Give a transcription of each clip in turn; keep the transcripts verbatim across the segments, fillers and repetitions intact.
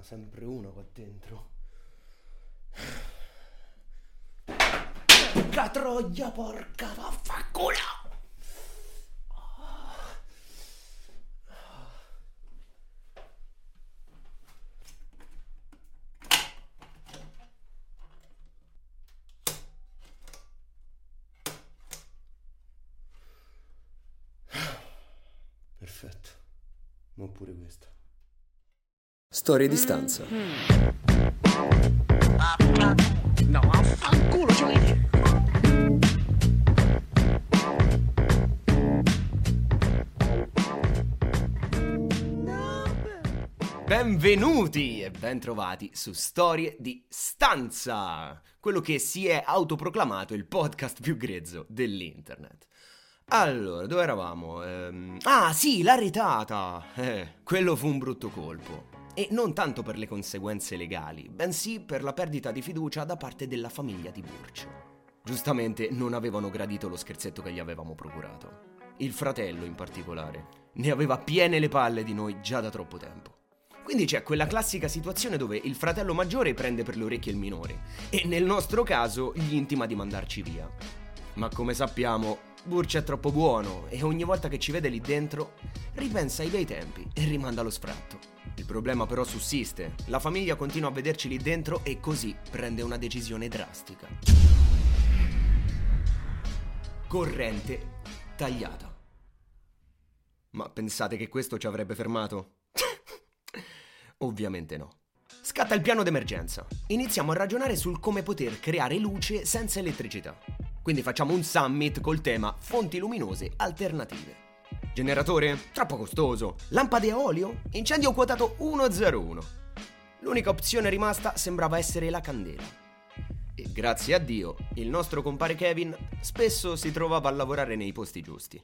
sempre uno qua dentro. Porca troia, porca vaffanculo! Perfetto. Ma pure questa. Storie di stanza. No, affanculo, cioè. Benvenuti e bentrovati su Storie di Stanza, quello che si è autoproclamato il podcast più grezzo dell'internet. Allora, dove eravamo? Ehm... Ah, sì, la retata! Eh, quello fu un brutto colpo. E non tanto per le conseguenze legali, bensì per la perdita di fiducia da parte della famiglia di Burch. Giustamente non avevano gradito lo scherzetto che gli avevamo procurato. Il fratello, in particolare, ne aveva piene le palle di noi già da troppo tempo. Quindi c'è quella classica situazione dove il fratello maggiore prende per le orecchie il minore e nel nostro caso gli intima di mandarci via. Ma come sappiamo, Burch è troppo buono e ogni volta che ci vede lì dentro ripensa ai bei tempi e rimanda lo sfratto. Il problema però sussiste, la famiglia continua a vederci lì dentro e così prende una decisione drastica. Corrente tagliata. Ma pensate che questo ci avrebbe fermato? Ovviamente no. Scatta il piano d'emergenza. Iniziamo a ragionare sul come poter creare luce senza elettricità. Quindi facciamo un summit col tema fonti luminose alternative. Generatore? Troppo costoso. Lampade a olio? Incendio quotato uno zero uno. L'unica opzione rimasta sembrava essere la candela. E grazie a Dio, il nostro compare Kevin spesso si trovava a lavorare nei posti giusti.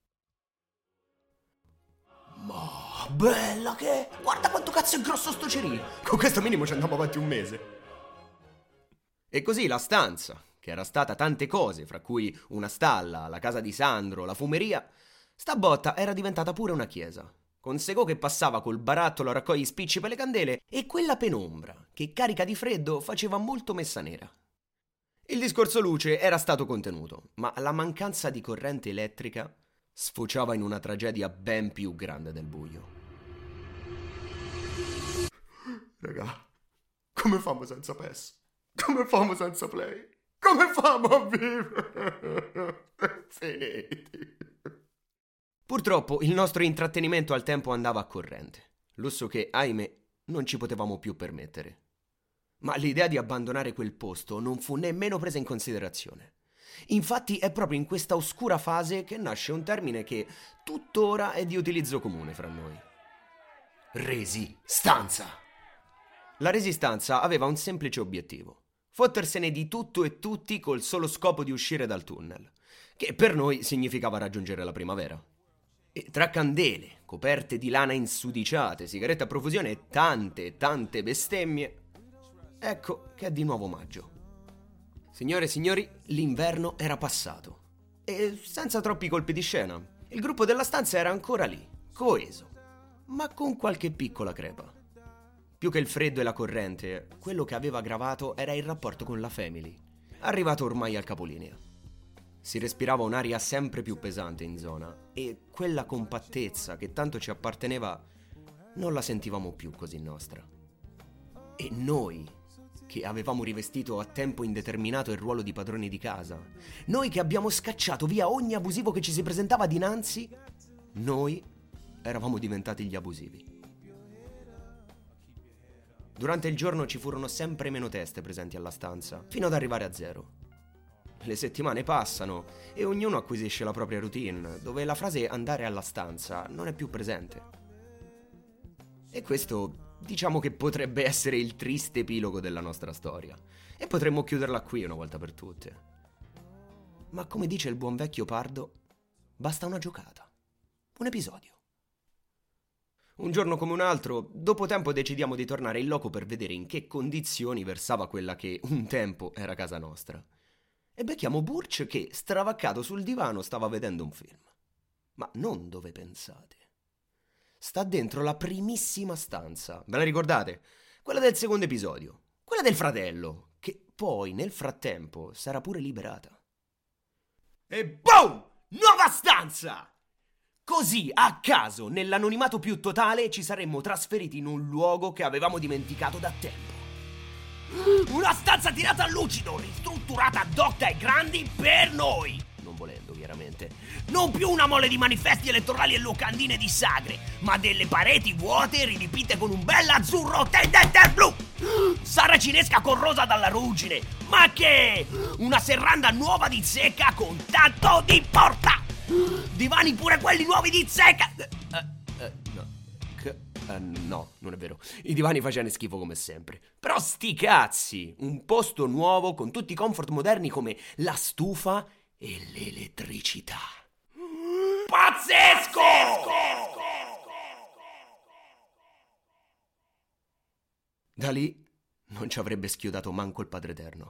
Ma bella che è! Guarda quanto cazzo è grosso sto cerino! Con questo minimo ci andiamo avanti un mese. E così la stanza, che era stata tante cose, fra cui una stalla, la casa di Sandro, la fumeria, sta botta era diventata pure una chiesa, con Segò che passava col barattolo a raccogliere i spicci per le candele e quella penombra che, carica di freddo, faceva molto messa nera. Il discorso luce era stato contenuto, ma la mancanza di corrente elettrica sfociava in una tragedia ben più grande del buio. Raga, come famo senza P E S? Come famo senza Play? Come famo a vivere? Finiti. Purtroppo il nostro intrattenimento al tempo andava a corrente, lusso che, ahimè, non ci potevamo più permettere. Ma l'idea di abbandonare quel posto non fu nemmeno presa in considerazione. Infatti è proprio in questa oscura fase che nasce un termine che tuttora è di utilizzo comune fra noi. Resistanza. La resistanza aveva un semplice obiettivo: fottersene di tutto e tutti col solo scopo di uscire dal tunnel, che per noi significava raggiungere la primavera. E tra candele, coperte di lana insudiciate, sigarette a profusione e tante, tante bestemmie, ecco che è di nuovo maggio. Signore e signori, l'inverno era passato. E senza troppi colpi di scena, il gruppo della stanza era ancora lì, coeso, ma con qualche piccola crepa. Più che il freddo e la corrente, quello che aveva aggravato era il rapporto con la family, arrivato ormai al capolinea. Si respirava un'aria sempre più pesante in zona e quella compattezza che tanto ci apparteneva non la sentivamo più così nostra. E noi, che avevamo rivestito a tempo indeterminato il ruolo di padroni di casa, noi che abbiamo scacciato via ogni abusivo che ci si presentava dinanzi, noi eravamo diventati gli abusivi. Durante il giorno ci furono sempre meno teste presenti alla stanza, fino ad arrivare a zero. Le settimane passano e ognuno acquisisce la propria routine, dove la frase andare alla stanza non è più presente. E questo, diciamo che potrebbe essere il triste epilogo della nostra storia, e potremmo chiuderla qui una volta per tutte. Ma come dice il buon vecchio Pardo, basta una giocata, un episodio. Un giorno come un altro, dopo tempo decidiamo di tornare in loco per vedere in che condizioni versava quella che un tempo era casa nostra. E becchiamo Burch che, stravaccato sul divano, stava vedendo un film. Ma non dove pensate. Sta dentro la primissima stanza. Ve la ricordate? quella del secondo episodio, quella del fratello, che poi nel frattempo sarà pure liberata. E boom! Nuova stanza! Così, a caso, nell'anonimato più totale, ci saremmo trasferiti in un luogo che avevamo dimenticato da tempo. Una stanza tirata a lucido, ristrutturata ad hoc dai grandi per noi. Non volendo, chiaramente. Non più una mole di manifesti elettorali e locandine di sagre, ma delle pareti vuote ridipinte con un bel azzurro tendente blu. Saracinesca corrosa dalla ruggine. Ma che? Una serranda nuova di zecca con tanto di porta. Divani pure quelli nuovi di zecca. Uh, uh, no. Uh, no, non è vero. I divani facevano schifo come sempre. Però sti cazzi, un posto nuovo con tutti i comfort moderni come la stufa e l'elettricità. Pazzesco! Da lì non ci avrebbe schiodato manco il Padre Eterno.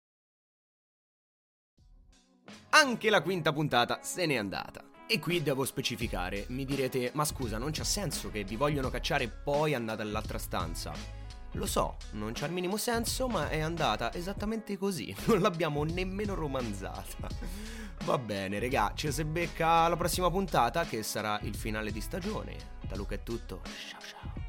Anche la quinta puntata se n'è andata. E qui devo specificare, mi direte, ma scusa, non c'ha senso che vi vogliono cacciare e poi andate all'altra stanza. Lo so, non c'ha il minimo senso, ma è andata esattamente così, non l'abbiamo nemmeno romanzata. Va bene, regà, ci si becca alla prossima puntata che sarà il finale di stagione. Da Luca è tutto, ciao ciao.